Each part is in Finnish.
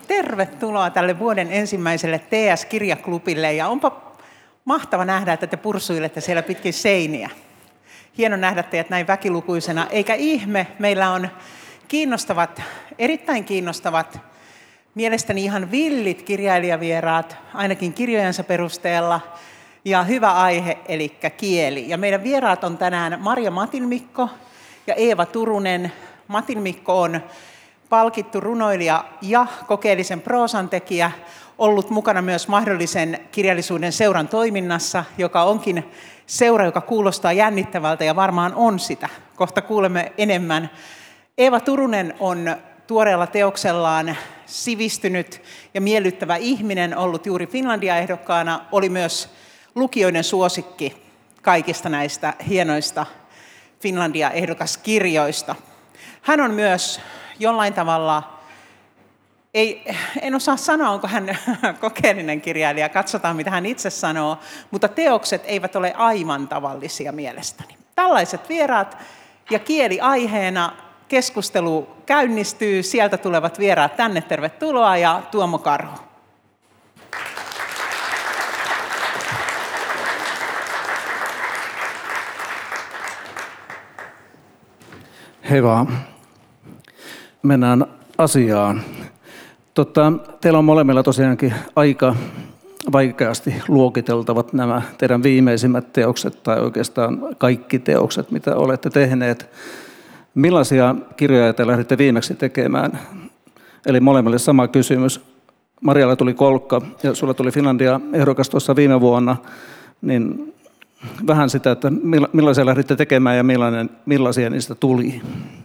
Tervetuloa tälle vuoden ensimmäiselle TS-kirjaklubille ja onpa mahtava nähdä, että te pursuilette siellä pitkin seiniä. Hieno nähdä teidät näin väkilukuisena, eikä ihme, meillä on erittäin kiinnostavat, mielestäni ihan villit kirjailijavieraat, ainakin kirjojensa perusteella, ja hyvä aihe, eli kieli. Ja meidän vieraat on tänään Marja Matinmikko ja Eeva Turunen. Matinmikko on palkittu runoilija ja kokeellisen proosan tekijä, ollut mukana myös mahdollisen kirjallisuuden seuran toiminnassa, joka onkin seura, joka kuulostaa jännittävältä ja varmaan on sitä. Kohta kuulemme enemmän. Eeva Turunen on tuoreella teoksellaan sivistynyt ja miellyttävä ihminen, ollut juuri Finlandia-ehdokkaana, oli myös lukijoiden suosikki kaikista näistä hienoista Finlandia-ehdokaskirjoista. Hän on myös jollain tavalla, en osaa sanoa, onko hän kokeellinen kirjailija, katsotaan mitä hän itse sanoo, mutta teokset eivät ole aivan tavallisia mielestäni. Tällaiset vieraat ja kieli aiheena, keskustelu käynnistyy, sieltä tulevat vieraat tänne, tervetuloa ja Tuomo Karhu. Hei vaan. Mennään asiaan. Teillä on molemmilla tosiaankin aika vaikeasti luokiteltavat nämä teidän viimeisimmät teokset, tai oikeastaan kaikki teokset, mitä olette tehneet. Millaisia kirjoja te lähditte viimeksi tekemään? Eli molemmille sama kysymys. Marjalla tuli Kolkka ja sulla tuli Finlandia-ehdokas tuossa viime vuonna. Niin vähän sitä, että millaisia lähditte tekemään ja millaisia niistä tuli?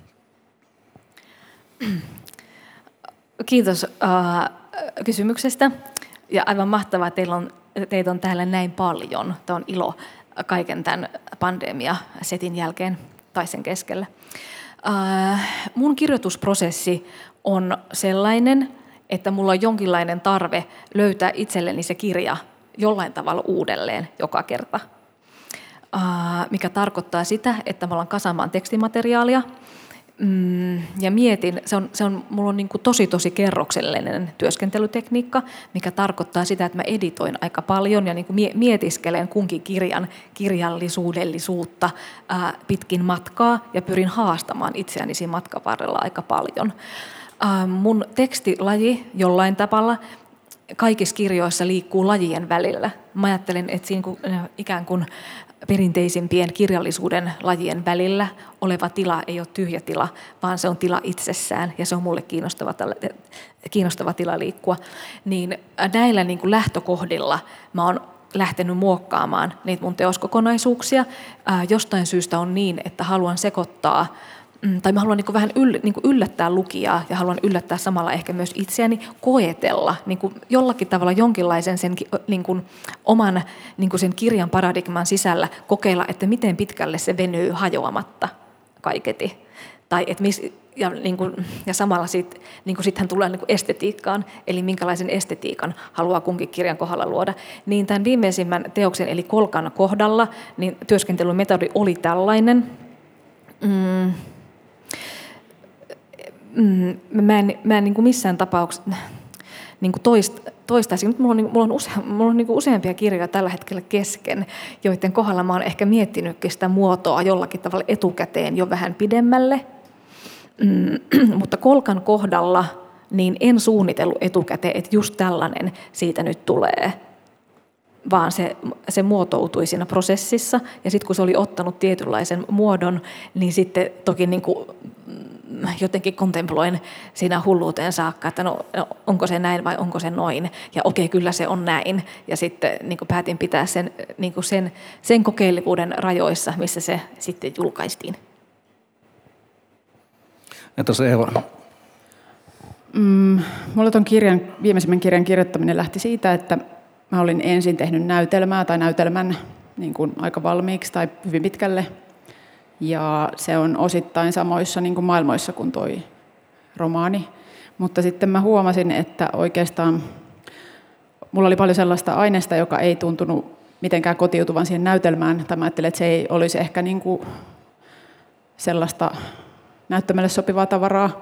Kiitos kysymyksestä. Ja aivan mahtavaa, että teitä on täällä näin paljon. Tämä on ilo kaiken tämän pandemia-setin jälkeen tai sen keskellä. Mun kirjoitusprosessi on sellainen, että mulla on jonkinlainen tarve löytää itselleni se kirja jollain tavalla uudelleen joka kerta. Mikä tarkoittaa sitä, että mä alan kasaamaan tekstimateriaalia ja mietin, mulla on niin kuin tosi kerroksellinen työskentelytekniikka, mikä tarkoittaa sitä, että mä editoin aika paljon ja niin kuin mietiskelen kunkin kirjan kirjallisuudellisuutta pitkin matkaa ja pyrin haastamaan itseäni siinä matkan varrella aika paljon. Mun tekstilaji jollain tavalla kaikissa kirjoissa liikkuu lajien välillä. Mä ajattelen, että siinä ikään kuin perinteisimpien kirjallisuuden lajien välillä oleva tila ei ole tyhjä tila, vaan se on tila itsessään ja se on mulle kiinnostava tila liikkua. Niin näillä niin kuin lähtökohdilla mä oon lähtenyt muokkaamaan niitä mun teoskokonaisuuksia. Jostain syystä on niin, että haluan sekoittaa tai mä haluan niin kuin vähän yllättää lukijaa ja haluan yllättää samalla ehkä myös itseäni, koetella niin kuin jollakin tavalla jonkinlaisen sen niin kuin oman niin kuin sen kirjan paradigman sisällä, kokeilla, että miten pitkälle se venyy hajoamatta kaiketi. Tai ja samalla sitten tulee niin kuin estetiikkaan, eli minkälaisen estetiikan haluaa kunkin kirjan kohdalla luoda. Niin tämän viimeisimmän teoksen, eli Kolkan kohdalla, niin työskentelymetodi oli tällainen. Mä en niin kuin missään tapauksessa niin kuin toistaisin. Nyt mulla on niin kuin useampia kirjoja tällä hetkellä kesken, joiden kohdalla mä oon ehkä miettinytkin sitä muotoa jollakin tavalla etukäteen jo vähän pidemmälle. Mutta Kolkan kohdalla niin en suunnitellut etukäteen, että just tällainen siitä nyt tulee, vaan se muotoutui siinä prosessissa. Ja sitten kun se oli ottanut tietynlaisen muodon, niin sitten toki niin kuin jotenkin kontemploin siinä hulluuteen saakka, että no, onko se näin vai onko se noin. Ja okei, kyllä se on näin. Ja sitten niin kuin päätin pitää sen kokeillivuuden rajoissa, missä se sitten julkaistiin. Entäs Eeva? Mulla ton viimeisimmän kirjan kirjoittaminen lähti siitä, että mä olin ensin tehnyt näytelmää tai näytelmän niin kuin aika valmiiksi tai hyvin pitkälle. Ja se on osittain samoissa niin kuin maailmoissa kuin toi romaani. Mutta sitten mä huomasin, että oikeastaan mulla oli paljon sellaista aineesta, joka ei tuntunut mitenkään kotiutuvan siihen näytelmään. Tai mä ajattelin, että se ei olisi ehkä niin kuin sellaista näyttämälle sopivaa tavaraa.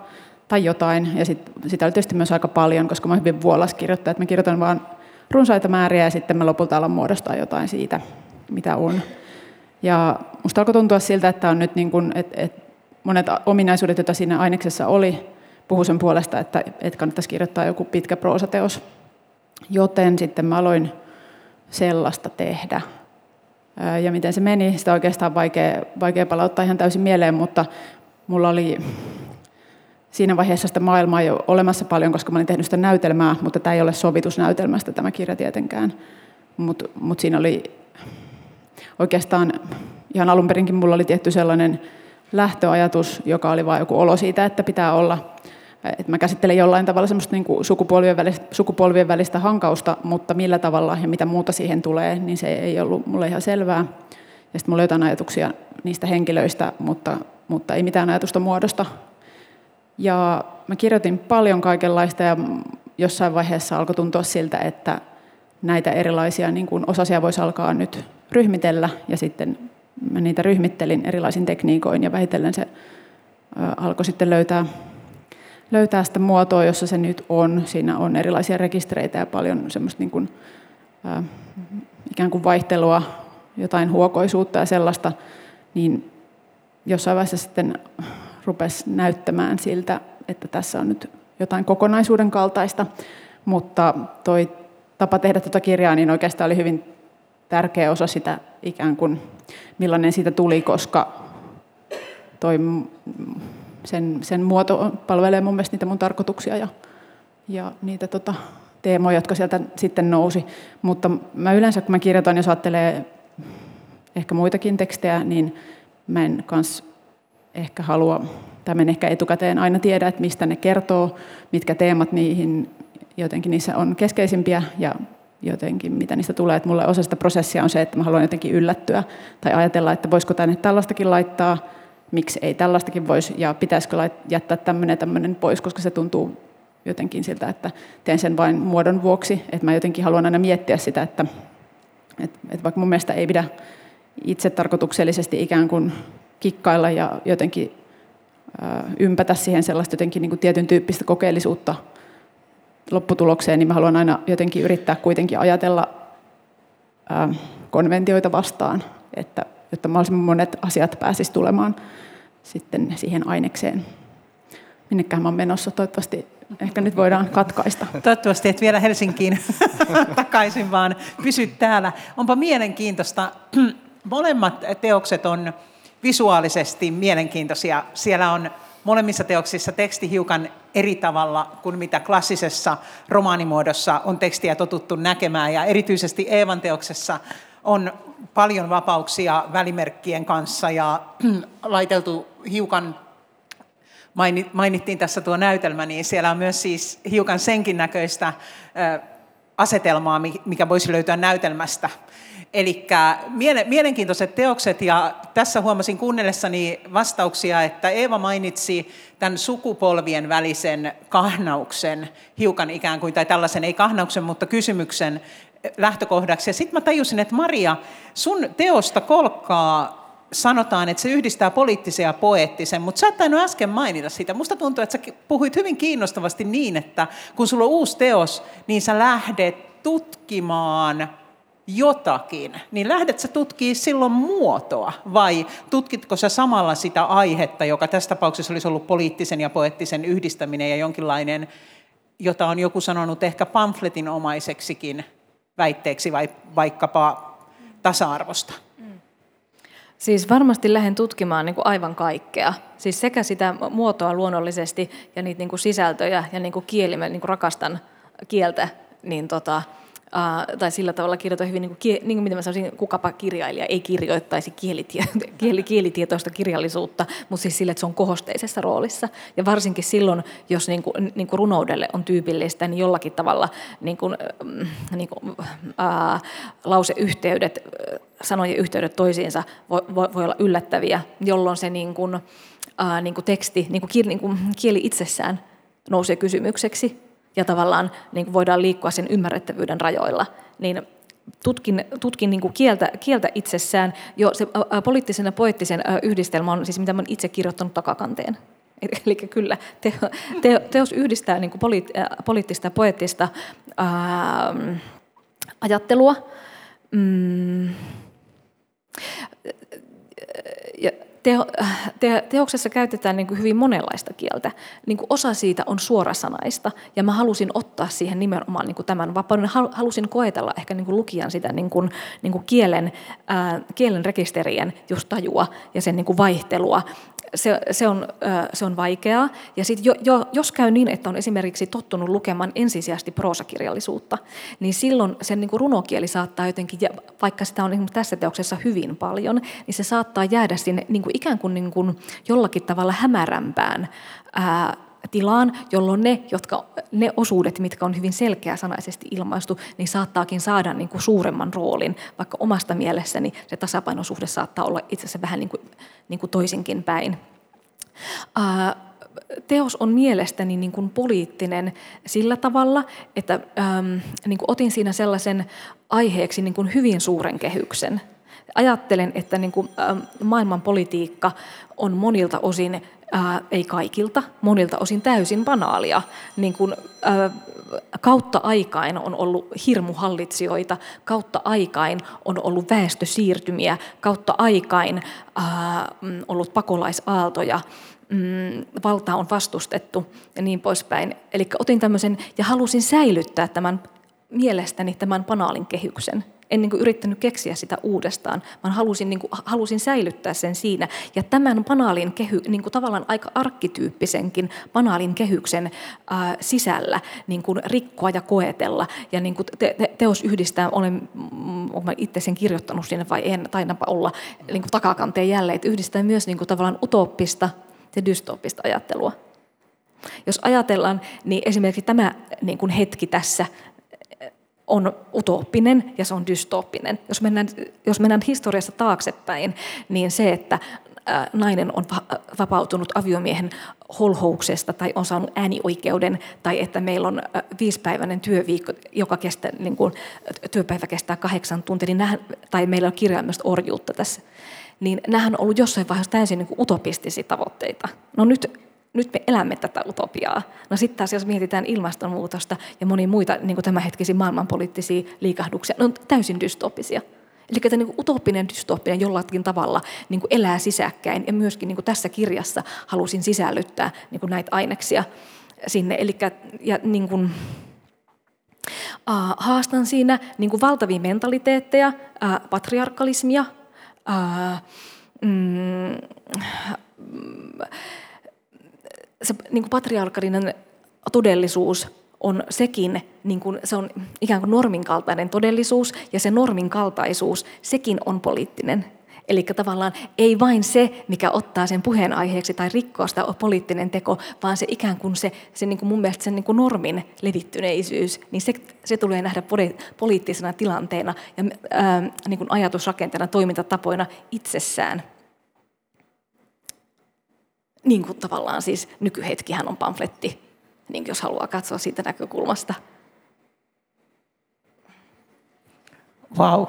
tai jotain. Ja sitä oli tietysti myös aika paljon, koska mä oon hyvin vuolas kirjoittaja, että mä kirjoitan vaan runsaita määriä ja sitten mä lopulta alan muodostaa jotain siitä, mitä on. Ja musta alkoi tuntua siltä, että on nyt niin kuin, että monet ominaisuudet, joita siinä aineksessa oli, puhuu sen puolesta, että kannattaisi kirjoittaa joku pitkä proosateos. Joten sitten mä aloin sellaista tehdä. Ja miten se meni, sitä oikeastaan vaikea palauttaa ihan täysin mieleen, mutta mulla oli siinä vaiheessa sitä maailmaa jo olemassa paljon, koska mä olin tehnyt sitä näytelmää, mutta tämä ei ole sovitusnäytelmästä tämä kirja tietenkään. Mutta siinä oli oikeastaan ihan alun perinkin mulla oli tietty sellainen lähtöajatus, joka oli vain joku olo siitä, että pitää olla. Että mä käsittelen jollain tavalla semmoista niin kuin sukupolvien välistä hankausta, mutta millä tavalla ja mitä muuta siihen tulee, niin se ei ollut mulle ihan selvää. Ja sitten mulla oli jotain ajatuksia niistä henkilöistä, mutta ei mitään ajatusta muodosta. Ja mä kirjoitin paljon kaikenlaista ja jossain vaiheessa alkoi tuntua siltä, että näitä erilaisia niin kuin osasia voisi alkaa nyt ryhmitellä. Ja sitten mä niitä ryhmittelin erilaisin tekniikoin ja vähitellen se alkoi sitten löytää sitä muotoa, jossa se nyt on. Siinä on erilaisia rekistereitä ja paljon semmoista niin kuin, ikään kuin vaihtelua, jotain huokoisuutta ja sellaista, niin jossain vaiheessa sitten rupesi näyttämään siltä, että tässä on nyt jotain kokonaisuuden kaltaista, mutta toi tapa tehdä tuota kirjaa niin oikeastaan oli hyvin tärkeä osa sitä ikään kuin, millainen siitä tuli, koska sen muoto palvelee mun mielestä niitä mun tarkoituksia ja niitä teemoja, jotka sieltä sitten nousi. Mutta mä yleensä, kun mä kirjoitan, jos ajattelee ehkä muitakin tekstejä, niin mä en kans ehkä halua, tai mä en ehkä etukäteen aina tiedä, että mistä ne kertoo, mitkä teemat jotenkin niissä on keskeisimpiä ja jotenkin mitä niistä tulee. Että mulle osa sitä prosessia on se, että mä haluan jotenkin yllättyä tai ajatella, että voisiko tänne tällaistakin laittaa, miksi ei tällaistakin voisi ja pitäisikö jättää tämmöinen pois, koska se tuntuu jotenkin siltä, että teen sen vain muodon vuoksi. Että mä jotenkin haluan aina miettiä sitä, että vaikka mun mielestä ei pidä itse tarkoituksellisesti ikään kuin kikkailla ja jotenkin ympätä siihen sellaista jotenkin niin kuin tietyn tyyppistä kokeellisuutta lopputulokseen, niin mä haluan aina jotenkin yrittää kuitenkin ajatella konventioita vastaan, jotta mahdollisimman monet asiat pääsisi tulemaan sitten siihen ainekseen. Minnekähän mä oon menossa? Toivottavasti ehkä nyt voidaan katkaista. Toivottavasti et vielä Helsinkiin takaisin, vaan pysy täällä. Onpa mielenkiintoista. Molemmat teokset on visuaalisesti mielenkiintoisia. Siellä on molemmissa teoksissa teksti hiukan eri tavalla kuin mitä klassisessa romaanimuodossa on tekstiä totuttu näkemään. Ja erityisesti Eevan teoksessa on paljon vapauksia välimerkkien kanssa ja laiteltu hiukan, mainittiin tässä tuo näytelmä, niin siellä on myös siis hiukan senkin näköistä asetelmaa, mikä voisi löytyä näytelmästä. Eli mielenkiintoiset teokset, ja tässä huomasin kuunnellessani vastauksia, että Eeva mainitsi tämän sukupolvien välisen kahnauksen, hiukan ikään kuin, tai tällaisen, ei kahnauksen, mutta kysymyksen lähtökohdaksi. Ja sitten mä tajusin, että Maria, sun teosta Kolkkaa sanotaan, että se yhdistää poliittisen ja poeettisen, mutta sä et tainnut äsken mainita sitä. Musta tuntuu, että sä puhuit hyvin kiinnostavasti niin, että kun sulla on uusi teos, niin sä lähdet tutkimaan jotakin, niin lähdet sä tutkimaan silloin muotoa, vai tutkitko sä samalla sitä aihetta, joka tässä tapauksessa olisi ollut poliittisen ja poeettisen yhdistäminen ja jonkinlainen, jota on joku sanonut ehkä pamfletinomaiseksikin väitteeksi vai vaikkapa tasa-arvosta? Siis varmasti lähden tutkimaan niin kuin aivan kaikkea. Siis sekä sitä muotoa luonnollisesti ja niitä niin kuin sisältöjä ja niin kuin kieli, mä niin kuin rakastan kieltä, niin tai sillä tavalla kirjoitan hyvin, niin kuin mitä mä sanoisin, kukapa kirjailija ei kirjoittaisi kielitietoista kirjallisuutta, mutta siis sillä, että se on kohosteisessa roolissa. Ja varsinkin silloin, jos niin kuin runoudelle on tyypillistä, niin jollakin tavalla lauseyhteydet, sanojen yhteydet toisiinsa voi olla yllättäviä, jolloin se niin kuin teksti, niin kuin kieli itsessään nousee kysymykseksi. Ja tavallaan niin kuin voidaan liikkua sen ymmärrettävyyden rajoilla, niin tutkin niin kuin kieltä itsessään. Jo se poliittisen ja poeettisen yhdistelmä on siis mitä olen itse kirjoittanut takakanteen. Eli kyllä teos yhdistää niin kuin poliittista ja poeettista ajattelua. Ja teoksessa käytetään niin kuin hyvin monenlaista kieltä. Niin kuin osa siitä on suorasanaista, ja mä halusin ottaa siihen nimenomaan niin kuin tämän vapauden. Halusin koetella ehkä niin kuin lukijan sitä niin kuin kielen rekisterien just tajua ja sen niin kuin vaihtelua. Se on vaikeaa. Ja sitten jos käy niin, että on esimerkiksi tottunut lukemaan ensisijaisesti proosakirjallisuutta, niin silloin sen niin kuin runokieli saattaa jotenkin, vaikka sitä on tässä teoksessa hyvin paljon, niin se saattaa jäädä sinne niin kuin ikään kuin jollakin tavalla hämärämpään tilaan, jolloin ne osuudet, mitkä on hyvin selkeäsanaisesti ilmaistu, niin saattaakin saada niin kuin suuremman roolin, vaikka omasta mielessäni se tasapainosuhde saattaa olla itse asiassa vähän niin kuin toisinkin päin. Teos on mielestäni niin kuin poliittinen sillä tavalla, että niin kuin otin siinä sellaisen aiheeksi niin kuin hyvin suuren kehyksen. Ajattelen, että niin kuin, maailman politiikka on monilta osin, ei kaikilta, monilta osin täysin banaalia. Niin kuin, kautta aikain on ollut hirmuhallitsijoita, kautta aikain on ollut väestösiirtymiä, kautta aikain ollut pakolaisaaltoja, valtaa on vastustettu ja niin poispäin. Eli otin tämmöisen ja halusin säilyttää mielestäni tämän banaalin kehyksen. En niin kuin yrittänyt keksiä sitä uudestaan, vaan halusin säilyttää sen siinä. Ja tämän banaalin niin kuin tavallaan aika arkkityyppisenkin banaalin kehyksen sisällä niin kuin rikkoa ja koetella. Ja niin kuin teos yhdistää, olen itse sen kirjoittanut sinne vai en, tainapa olla niin kuin takakanteen jälleen, että yhdistää myös niin kuin tavallaan utooppista ja dystooppista ajattelua. Jos ajatellaan, niin esimerkiksi tämä niin kuin hetki tässä on utooppinen ja se on dystooppinen. Jos mennään historiassa taaksepäin, niin se, että nainen on vapautunut aviomiehen holhouksesta tai on saanut äänioikeuden, tai että meillä on 5-päiväinen työviikko, joka kestää, niin kuin, työpäivä kestää 8 tuntia, niin tai meillä on kirjaimellista orjuutta tässä, niin nämähän on ollut jossain vaiheessa täysin niin kuin utopistisia tavoitteita. No nyt me elämme tätä utopiaa. No sitten taas, jos mietitään ilmastonmuutosta ja monia muita niin kuin tämänhetkisiä maailmanpoliittisia liikahduksia, ne on täysin dystopisia. Eli tämä niin utopinen dystopinen jollakin tavalla niin kuin elää sisäkkäin, ja myöskin niin kuin tässä kirjassa halusin sisällyttää niin kuin näitä aineksia sinne. Eli niin kuin, haastan siinä niin kuin valtavia mentaliteetteja, patriarkalismia, se niin kuin patriarkalinen todellisuus on sekin, niin kuin, se on ikään kuin norminkaltainen todellisuus, ja se norminkaltaisuus, sekin on poliittinen. Eli tavallaan ei vain se, mikä ottaa sen puheenaiheeksi tai rikkoo sitä poliittinen teko, vaan se ikään kuin se niin kuin mun mielestä sen niin kuin normin levittyneisyys, niin se tulee nähdä poliittisena tilanteena ja niin kuin ajatusrakenteena, toimintatapoina itsessään. Niin kuin tavallaan siis nykyhetkihän on pamfletti, niin jos haluaa katsoa siitä näkökulmasta. Vau,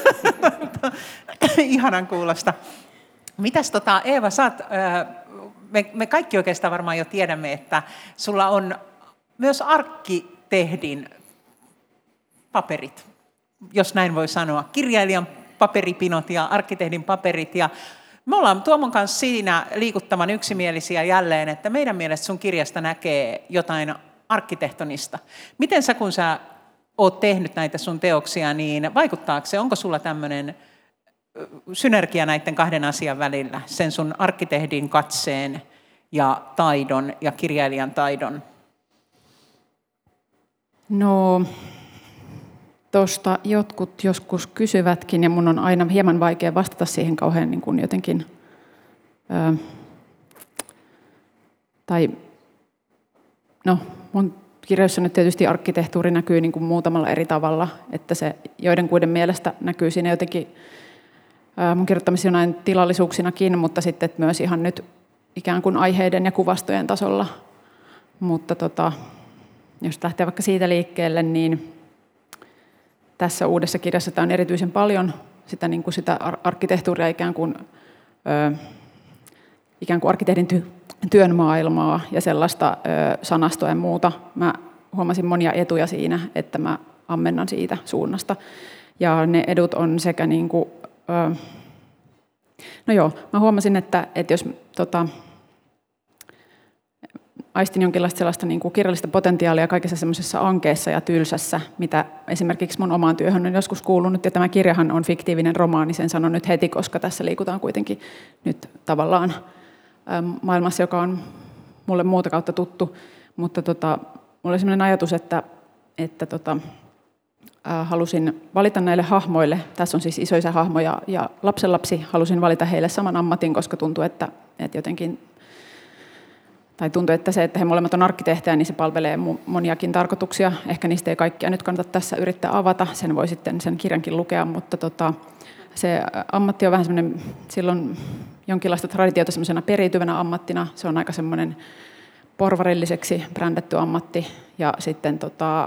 ihanan kuulosta. Mitäs Eeva, me kaikki oikeastaan varmaan jo tiedämme, että sulla on myös arkkitehdin paperit, jos näin voi sanoa, kirjailijan paperipinot ja arkkitehdin paperit. Ja me ollaan Tuomon kanssa siinä liikuttavan yksimielisiä jälleen, että meidän mielestä sun kirjasta näkee jotain arkkitehtonista. Miten kun sä oot tehnyt näitä sun teoksia, niin vaikuttaako se, onko sulla tämmöinen synergia näiden kahden asian välillä, sen sun arkkitehdin katseen ja taidon ja kirjailijan taidon? No, tuosta jotkut joskus kysyvätkin, ja mun on aina hieman vaikea vastata siihen kauhean niin kuin jotenkin, mun kirjoissa nyt tietysti arkkitehtuuri näkyy niin kuin muutamalla eri tavalla, että se joidenkuiden mielestä näkyy siinä jotenkin mun kirjoittamissa jonain tilallisuuksinakin, mutta sitten myös ihan nyt ikään kuin aiheiden ja kuvastojen tasolla. Mutta jos lähtee vaikka siitä liikkeelle, niin tässä uudessa kirjassa on erityisen paljon sitä, niin kuin sitä arkkitehtuuria ikään kuin ikään kuin arkkitehdin työn maailmaa ja sellaista sanastoa ja muuta. Mä huomasin monia etuja siinä, että mä ammennan siitä suunnasta. Ja ne edut on sekä niin kuin, mä huomasin, että jos aistin jonkinlaista sellaista niin kuin kirjallista potentiaalia kaikessa semmoisessa ankeessa ja tylsässä, mitä esimerkiksi mun omaan työhön on joskus kuulunut, ja tämä kirjahan on fiktiivinen romaani, sen sanon nyt heti, koska tässä liikutaan kuitenkin nyt tavallaan maailmassa, joka on mulle muuta kautta tuttu, mutta mulla oli sellainen ajatus, että halusin valita näille hahmoille, tässä on siis isoisä hahmo ja lapsenlapsi, halusin valita heille saman ammatin, koska tuntui, että jotenkin tuntuu, että se, että he molemmat on arkkitehtejä, niin se palvelee moniakin tarkoituksia. Ehkä niistä ei kaikkia nyt kannata tässä yrittää avata, sen voi sitten sen kirjankin lukea, mutta se ammatti on vähän semmoinen, silloin jonkinlaista traditiota semmoisena periytyvänä ammattina. Se on aika semmoinen porvarilliseksi brändätty ammatti. Ja sitten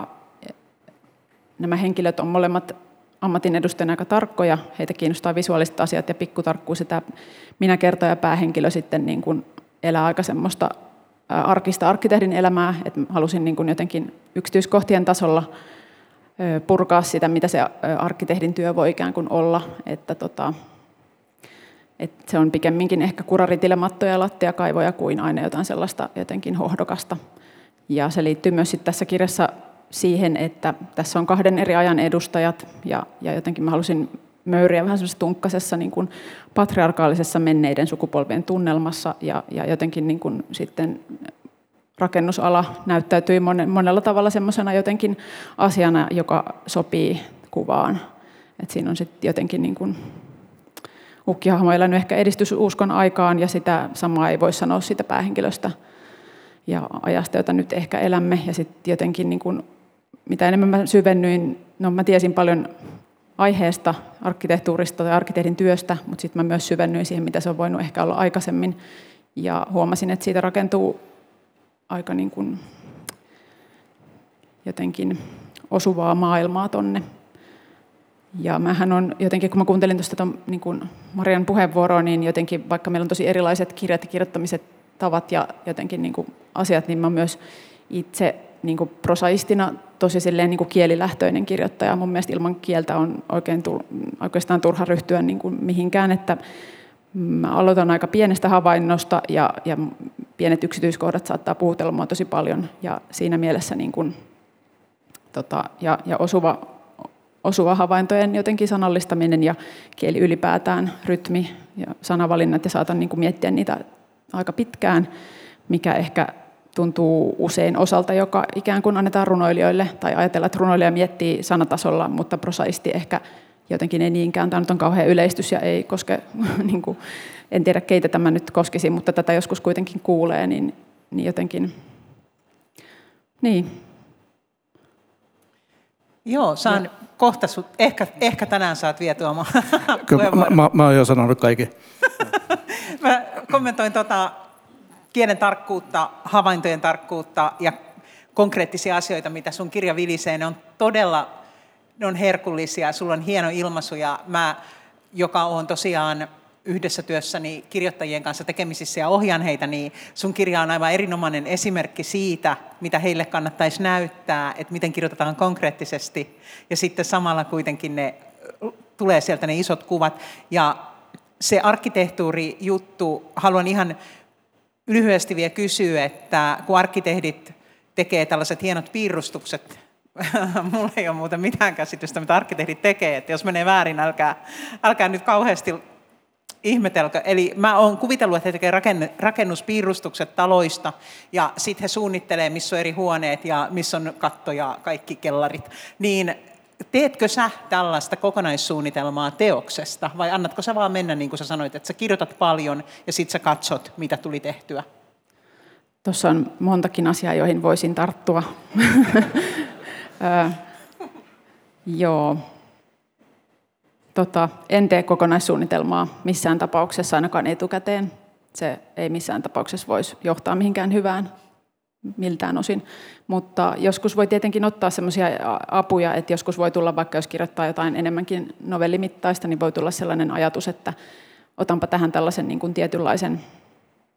nämä henkilöt on molemmat ammatin edustajana aika tarkkoja. Heitä kiinnostaa visuaaliset asiat ja pikkutarkkuus. Sitä minäkertoja päähenkilö sitten niin kuin elää aika semmoista arkista arkkitehdin elämää. Että halusin niin kuin jotenkin yksityiskohtien tasolla purkaa sitä, mitä se arkkitehdin työ voi ikään kuin olla. Että se on pikemminkin ehkä kuraritilemattoja ja lattiakaivoja kuin aina jotain sellaista jotenkin hohdokasta. Ja se liittyy myös sitten tässä kirjassa siihen, että tässä on 2 eri ajan edustajat ja jotenkin mä halusin möyriä vähän semmoisessa tunkkasessa niin kuin patriarkaalisessa menneiden sukupolvien tunnelmassa ja jotenkin niin kuin sitten rakennusala näyttäytyi monella tavalla semmoisena jotenkin asiana, joka sopii kuvaan. Et siinä on sitten jotenkin niin kuin ukkihahmo elänyt ehkä edistysuskon aikaan ja sitä samaa ei voi sanoa siitä päähenkilöstä ja ajasta, jota nyt ehkä elämme. Ja sitten jotenkin, niin kun, mitä enemmän mä syvennyin, mä tiesin paljon aiheesta, arkkitehtuurista tai arkkitehdin työstä, mutta sitten mä myös syvennyin siihen, mitä se on voinut ehkä olla aikaisemmin. Ja huomasin, että siitä rakentuu aika niin kun jotenkin osuvaa maailmaa tonne. Ja mähän on jotenkin, kun mä kuuntelin tuosta niin kuin Marian puheenvuoroa, niin jotenkin, vaikka meillä on tosi erilaiset kirjat ja kirjoittamiset tavat ja jotenkin niin kuin asiat, niin mä myös itse niin kuin prosaistina tosi silleen niin kuin kielilähtöinen kirjoittaja. Mun mielestä ilman kieltä on oikeastaan turha ryhtyä niin kuin mihinkään, että mä aloitan aika pienestä havainnosta ja pienet yksityiskohdat saattaa puhutella mua tosi paljon ja siinä mielessä niin kuin, ja osuva havaintojen jotenkin sanallistaminen ja kieli ylipäätään, rytmi ja sanavalinnat ja saatan niin kuin miettiä niitä aika pitkään, mikä ehkä tuntuu usein osalta, joka ikään kuin annetaan runoilijoille tai ajatella, että runoilija miettii sanatasolla, mutta prosaisti ehkä jotenkin ei niinkään. Tämä nyt on kauhean yleistys ja ei koske, niin kuin, en tiedä keitä tämä nyt koskisi, mutta tätä joskus kuitenkin kuulee, niin jotenkin, niin. Joo, saan kohta ehkä tänään saat vietyä mä oon jo sanonut kaiken. Mä kommentoin kielen tarkkuutta, havaintojen tarkkuutta ja konkreettisia asioita, mitä sun kirja vilisee. Ne on herkullisia, sulla on hieno ilmaisu ja mä, joka on tosiaan yhdessä työssäni kirjoittajien kanssa tekemisissä ja ohjaan heitä, niin sun kirja on aivan erinomainen esimerkki siitä, mitä heille kannattaisi näyttää, että miten kirjoitetaan konkreettisesti ja sitten samalla kuitenkin tulee sieltä ne isot kuvat. Ja se arkkitehtuurijuttu, haluan ihan lyhyesti vielä kysyä, että kun arkkitehdit tekee tällaiset hienot piirustukset, mulla ei ole muuten mitään käsitystä, mitä arkkitehdit tekee, että jos menee väärin, älkää nyt kauheasti ihmetelkö. Eli mä oon kuvitellut, että he tekevät rakennuspiirustukset taloista ja sitten he suunnittelee, missä on eri huoneet ja missä on katto ja kaikki kellarit. Niin teetkö sä tällaista kokonaissuunnitelmaa teoksesta vai annatko sä vaan mennä, niin kuin sä sanoit, että sä kirjoitat paljon ja sitten sä katsot, mitä tuli tehtyä? Tuossa on montakin asiaa, joihin voisin tarttua. Joo. En tee kokonaissuunnitelmaa missään tapauksessa, ainakaan etukäteen. Se ei missään tapauksessa voisi johtaa mihinkään hyvään miltään osin. Mutta joskus voi tietenkin ottaa sellaisia apuja, että joskus voi tulla, vaikka jos kirjoittaa jotain enemmänkin novellimittaista, niin voi tulla sellainen ajatus, että otanpa tähän tällaisen niin kuin tietynlaisen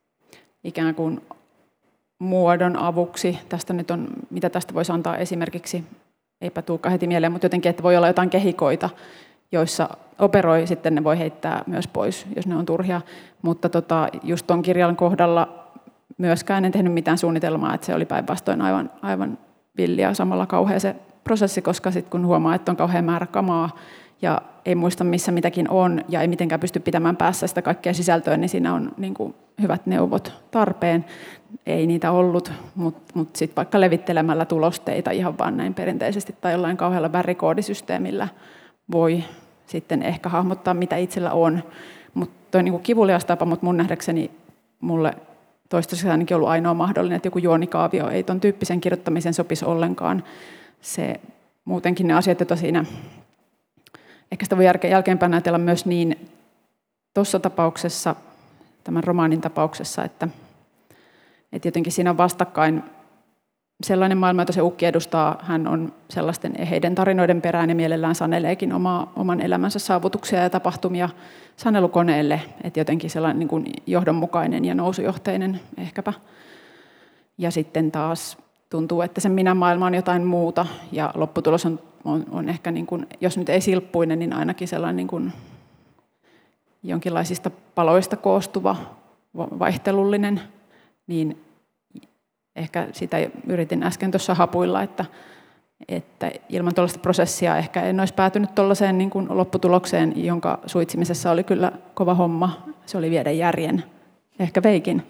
ikään kuin muodon avuksi. Tästä nyt on, mitä tästä voisi antaa esimerkiksi, eipä tulekaan heti mieleen, mutta jotenkin, että voi olla jotain kehikoita, joissa operoi, sitten ne voi heittää myös pois, jos ne on turhia. Mutta just tuon kirjan kohdalla myöskään en tehnyt mitään suunnitelmaa, että se oli päinvastoin aivan villiä ja samalla kauhea se prosessi, koska sitten kun huomaa, että on kauhean määrä kamaa ja ei muista missä mitäkin on ja ei mitenkään pysty pitämään päässä sitä kaikkea sisältöä, niin siinä on niin kuin hyvät neuvot tarpeen. Ei niitä ollut, mutta sitten vaikka levittelemällä tulosteita ihan vaan näin perinteisesti tai jollain kauhealla värikoodisysteemillä voi sitten ehkä hahmottaa, mitä itsellä on. Mutta tuo on niin kuin kivulias tapa, mutta mun nähdäkseni mulle toistaiseksi ainakin ollut ainoa mahdollinen, että joku juonikaavio ei ton tyyppisen kirjoittamisen sopisi ollenkaan. Se, muutenkin ne asiat, joita siinä, ehkä sitä voi jälkeenpäin ajatella myös niin tuossa tapauksessa, tämän romaanin tapauksessa, että jotenkin siinä on vastakkain sellainen maailma, jota se ukki edustaa. Hän on sellaisten eheiden tarinoiden perään ja mielellään saneleekin oman elämänsä saavutuksia ja tapahtumia sanelukoneelle, että jotenkin sellainen niin kuin johdonmukainen ja nousujohteinen ehkäpä. Ja sitten taas tuntuu, että se minä-maailma on jotain muuta ja lopputulos on ehkä, niin kuin, jos nyt ei silppuinen, niin ainakin sellainen niin kuin jonkinlaisista paloista koostuva, vaihtelullinen, niin ehkä sitä yritin äsken tuossa hapuilla, että ilman tuollaista prosessia ehkä en olisi päätynyt tuollaiseen niin kuin lopputulokseen, jonka suitsimisessa oli kyllä kova homma. Se oli viedä järjen. Ehkä veikin.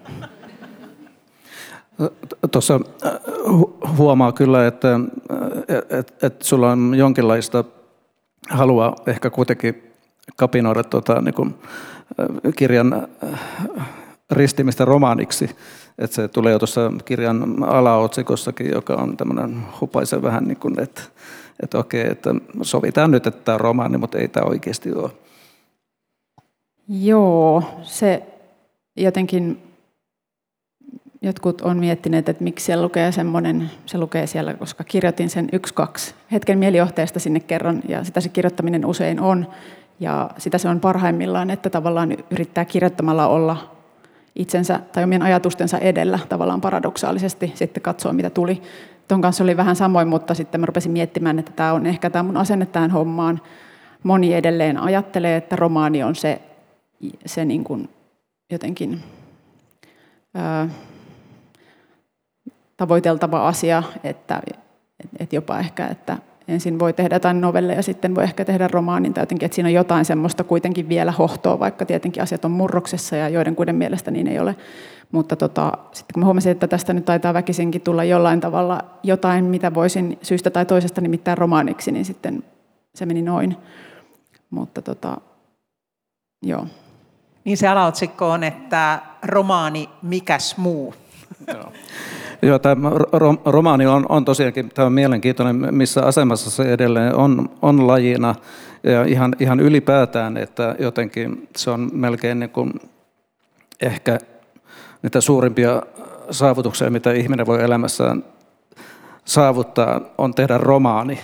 Tuossa huomaa kyllä, että sulla on jonkinlaista halua ehkä kuitenkin kapinoida niin kuin kirjan ristimistä romaaniksi. Että se tulee jo tuossa kirjan alaotsikossakin, joka on tämmöinen hupaisen vähän niin kuin, että okei, että sovitaan nyt, että tämä on romaani, mutta ei tämä oikeasti ole. Joo, se jotenkin jotkut on miettineet, että miksi siellä lukee semmoinen, se lukee siellä, koska kirjoitin sen 1-2 hetken mielijohteesta sinne kerran, ja sitä se kirjoittaminen usein on, ja sitä se on parhaimmillaan, että tavallaan yrittää kirjoittamalla olla itsensä tai omien ajatustensa edellä tavallaan paradoksaalisesti sitten katsoa, mitä tuli. Tuon kanssa oli vähän samoin, mutta sitten mä rupesin miettimään, että tämä on ehkä tämä mun asenne tähän hommaan. Moni edelleen ajattelee, että romaani on se niin kuin jotenkin tavoiteltava asia, että jopa ehkä, että ensin voi tehdä jotain novelleja ja sitten voi ehkä tehdä romaanin tai jotenkin, että siinä on jotain semmoista kuitenkin vielä hohtoa, vaikka tietenkin asiat on murroksessa ja joidenkuiden mielestä niin ei ole. Mutta sitten kun mä huomasin, että tästä nyt taitaa väkisinkin tulla jollain tavalla jotain, mitä voisin syystä tai toisesta nimittää romaaniksi, niin sitten se meni noin. Mutta joo. Niin se alaotsikko on, että romaani mikäs muu. Joo, tämä romaani on tosiaankin tämä on mielenkiintoinen, missä asemassa se edelleen on lajina ja ihan ylipäätään, että jotenkin se on melkein niin kuin ehkä niitä suurimpia saavutuksia, mitä ihminen voi elämässään saavuttaa, on tehdä romaani.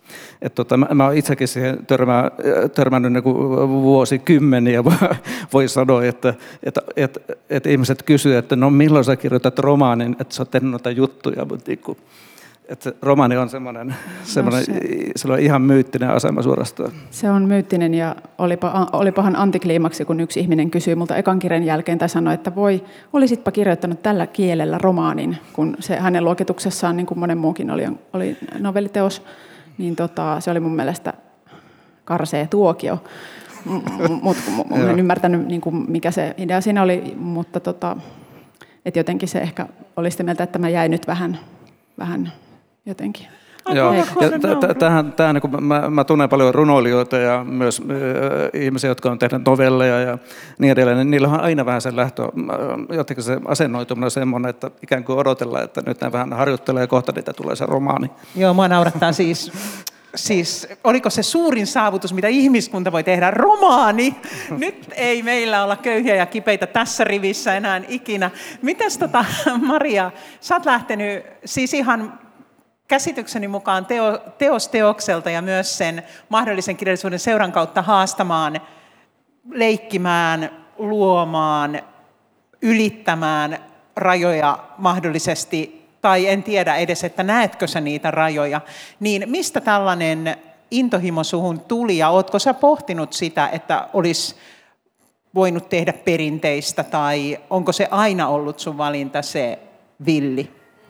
Mä olen itsekin siihen törmännyt niin kuin vuosikymmeniä, voi sanoa, että ihmiset kysyvät, että no milloin sä kirjoitat romaanin, että sä oot tehnyt noita juttuja, mutta niin kuin, että romaani on semmoinen se on ihan myyttinen asema suorastaan. Se on myyttinen ja olipahan antikliimaksi, kun yksi ihminen kysyi multa ekan kirjan jälkeen tai sanoi, että olisitpa kirjoittanut tällä kielellä romaanin, kun se hänen luokituksessaan, niin kuin monen muukin oli novelliteos. Niin se oli mun mielestä karsea tuokio, mutta en ymmärtänyt, niin kuin, mikä se idea siinä oli, mutta että jotenkin se ehkä oli sitä mieltä, että mä jäin nyt vähän jotenkin. Joo, ja tähän mä tunnen paljon runoilijoita ja myös ihmisiä, jotka on tehnyt novelleja ja niin edelleen, niin niillä on aina vähän sen jotenkin se asennoituminen semmoinen, että ikään kuin odotellaan, että nyt ne vähän harjoittelee ja kohta niitä tulee se romaani. Joo, mua naurattaa siis oliko se suurin saavutus, mitä ihmiskunta voi tehdä, romaani? Nyt ei meillä olla köyhiä ja kipeitä tässä rivissä enää ikinä. Mitäs Maria, sä oot lähtenyt siis ihan käsitykseni mukaan teos teokselta ja myös sen mahdollisen kirjallisuuden seuran kautta haastamaan, leikkimään, luomaan, ylittämään rajoja mahdollisesti, tai en tiedä edes, että näetkö sä niitä rajoja, niin mistä tällainen intohimo suhun tuli, ja ootko sä pohtinut sitä, että olisi voinut tehdä perinteistä, tai onko se aina ollut sun valinta se villi?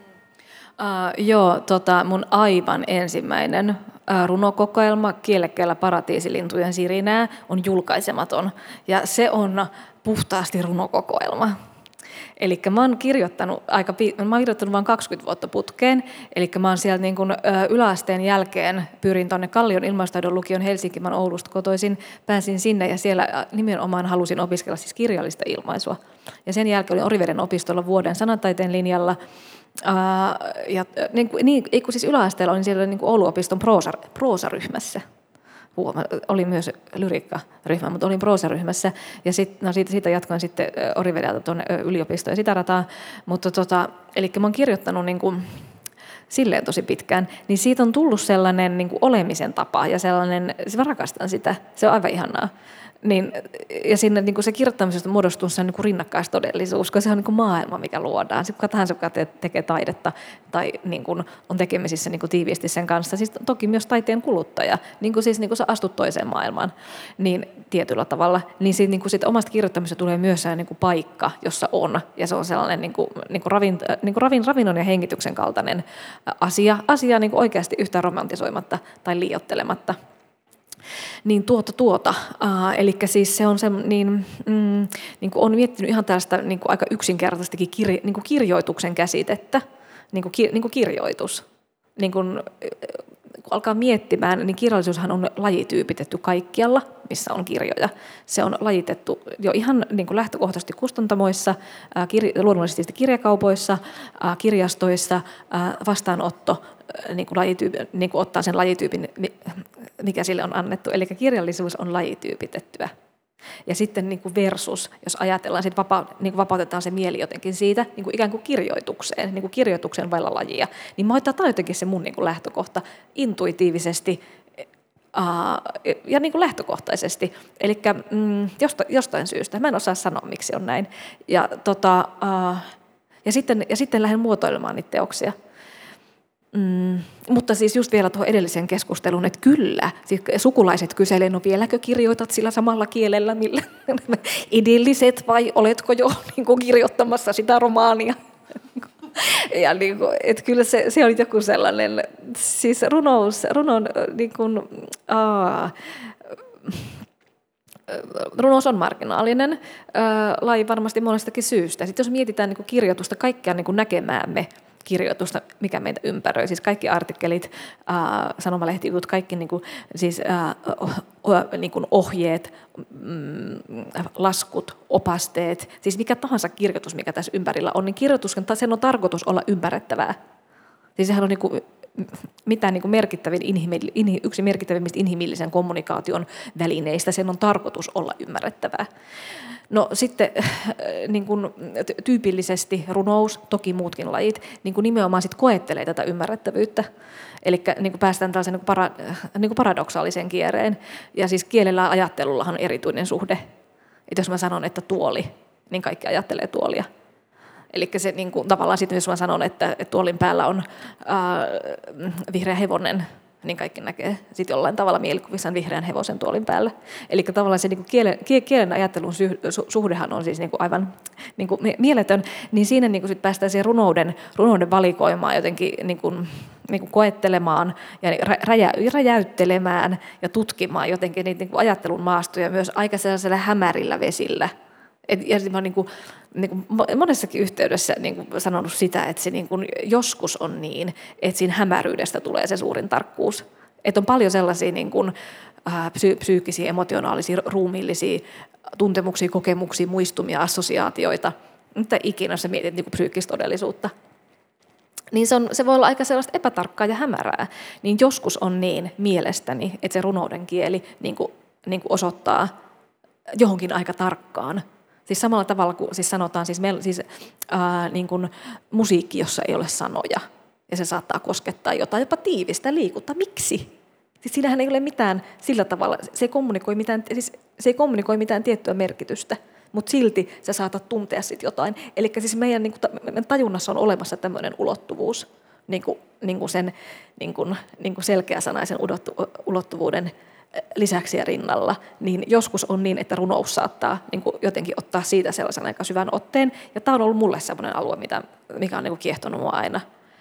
Joo, mun aivan ensimmäinen runokokoelma Kielekkeellä paratiisilintujen sirinää on julkaisematon, ja se on puhtaasti runokokoelma. Eli mä oon kirjoittanut vain 20 vuotta putkeen, eli mä oon siellä niin kun, yläasteen jälkeen pyrin tuonne Kallion ilmaistaidon lukion Helsinkiin, mä oon Oulusta kotoisin, pääsin sinne ja siellä nimenomaan halusin opiskella siis kirjallista ilmaisua. Ja sen jälkeen olin Oriveden opistolla vuoden sanataiteen linjalla, ja siis yläasteella olin siellä niin Oulu-opiston proosaryhmässä. Olin myös lyriikkaryhmä, mutta olin proosaryhmässä ja siitä jatkoin sitten Orivedeltä tuonne yliopistoon ja sitä rataa. Mutta eli mä oon kirjoittanut niin kuin silleen tosi pitkään, niin siitä on tullut sellainen niin kuin olemisen tapa ja sellainen, mä rakastan sitä, se on aivan ihanaa. Niin, ja siinä niin kuin se kirjoittamisesta muodostuu se niin kuin rinnakkaistodellisuus, koska se on niin kuin maailma, mikä luodaan. Kuka tahansa, joka tekee taidetta tai niin kuin on tekemisissä niin kuin tiiviisti sen kanssa, siis toki myös taiteen kuluttaja, niin kuin sä astut toiseen maailmaan, niin tietyllä tavalla, niin siitä omasta kirjoittamisesta tulee myös sellainen niin kuin paikka, jossa on, ja se on sellainen niin kuin ravinnon ja hengityksen kaltainen asia niin kuin oikeasti yhtään romantisoimatta tai liioittelematta. Niin eli siis se on se, niin kuin on miettinyt ihan tällaista niin kuin aika yksinkertaistakin niin kuin kirjoituksen käsitettä, niin kuin kirjoitus. Niin kuin, kun alkaa miettimään, niin kirjallisuushan on lajityypitetty kaikkialla, missä on kirjoja. Se on lajitettu jo ihan niin kuin lähtökohtaisesti kustantamoissa, luonnollisesti kirjakaupoissa, kirjastoissa, vastaanotto, niin kuin ottaa sen lajityypin, mikä sille on annettu. Eli kirjallisuus on lajityypitettyä. Ja sitten niin kuin versus, jos ajatellaan, sit niin kuin vapautetaan se mieli jotenkin siitä niin kuin ikään kuin kirjoitukseen, niin kuin kirjoituksen vailla lajia, niin tämä on jotenkin se mun niin kuin lähtökohta intuitiivisesti ja niin kuin lähtökohtaisesti. Eli jostain syystä, mä en osaa sanoa, miksi on näin. Ja sitten lähden muotoilemaan niitä teoksia. Mutta siis just vielä tuohon edelliseen keskusteluun, että kyllä, siis sukulaiset kyselee, no vieläkö kirjoitat sillä samalla kielellä, millä edelliset, vai oletko jo niin kuin kirjoittamassa sitä romaania? Ja niin kuin, että kyllä se oli joku sellainen, siis runon niin kuin, runous on marginaalinen laji varmasti monestakin syystä. Sitten jos mietitään niin kuin kirjoitusta, kaikkea niin kuin näkemäämme kirjoitusta, mikä meitä ympäröi, siis kaikki artikkelit, sanomalehti-jutut, kaikki niin kuin, siis, niin kuin ohjeet, laskut, opasteet, siis mikä tahansa kirjoitus, mikä tässä ympärillä on, niin kirjoituksen sen on tarkoitus olla ymmärrettävää. Siis sehän on niin kuin, mitään niin kuin yksi merkittävimmistä inhimillisen kommunikaation välineistä, sen on tarkoitus olla ymmärrettävää. No sitten niin kuin tyypillisesti runous, toki muutkin lajit, niin kuin nimenomaan sit koettelee tätä ymmärrettävyyttä. Eli niin kuin päästään tällaisen niin kuin paradoksaaliseen kierreen. Ja siis kielellä ajattelullahan on erityinen suhde. Et jos mä sanon, että tuoli, niin kaikki ajattelee tuolia. Eli se niin kuin, tavallaan sitten, jos mä sanon, että tuolin päällä on vihreä hevonen, niin kaikki näkee sitten jollain tavalla mielikuvissaan vihreän hevosen tuolin päällä. Eli tavallaan se niin kuin kielen ajattelun suhdehan on siis niin kuin aivan niin kuin mieletön, niin siinä niin kuin sit päästään siihen runouden valikoimaan jotenkin niin kuin koettelemaan ja räjäyttelemään ja tutkimaan jotenkin niitä niin kuin ajattelun maastoja myös aika sellaisella hämärillä vesillä. Ja mä oon niin kuin monessakin yhteydessä niin kuin sanonut sitä, että se niin kuin joskus on niin, että siinä hämäryydestä tulee se suurin tarkkuus. Että on paljon sellaisia niin kuin, psyykkisiä, emotionaalisia, ruumiillisia tuntemuksia, kokemuksia, muistumia, assosiaatioita, mitä ikinä, jos sä mietit niin kuin psyykkistä todellisuutta. Niin se voi olla aika sellaista epätarkkaa ja hämärää. Niin joskus on niin mielestäni, että se runouden kieli niin kuin osoittaa johonkin aika tarkkaan. Siis samalla tavalla kuin siis sanotaan niin kuin musiikki, jossa ei ole sanoja. Ja se saattaa koskettaa jotain, jopa tiivistä, liikuttaa. Miksi? Siis siinähän ei ole mitään sillä tavalla, se ei kommunikoi mitään tiettyä merkitystä. mutta silti sä saatat tuntea sit jotain. Eli siis meidän tajunnassa on olemassa tämmöinen ulottuvuus, sen selkeäsanaisen ulottuvuuden lisäksi ja rinnalla, niin joskus on niin, että runous saattaa jotenkin ottaa siitä sellaisen aika syvän otteen. Ja tämä on ollut mulle sellainen alue, mikä on kiehtonut mua aina.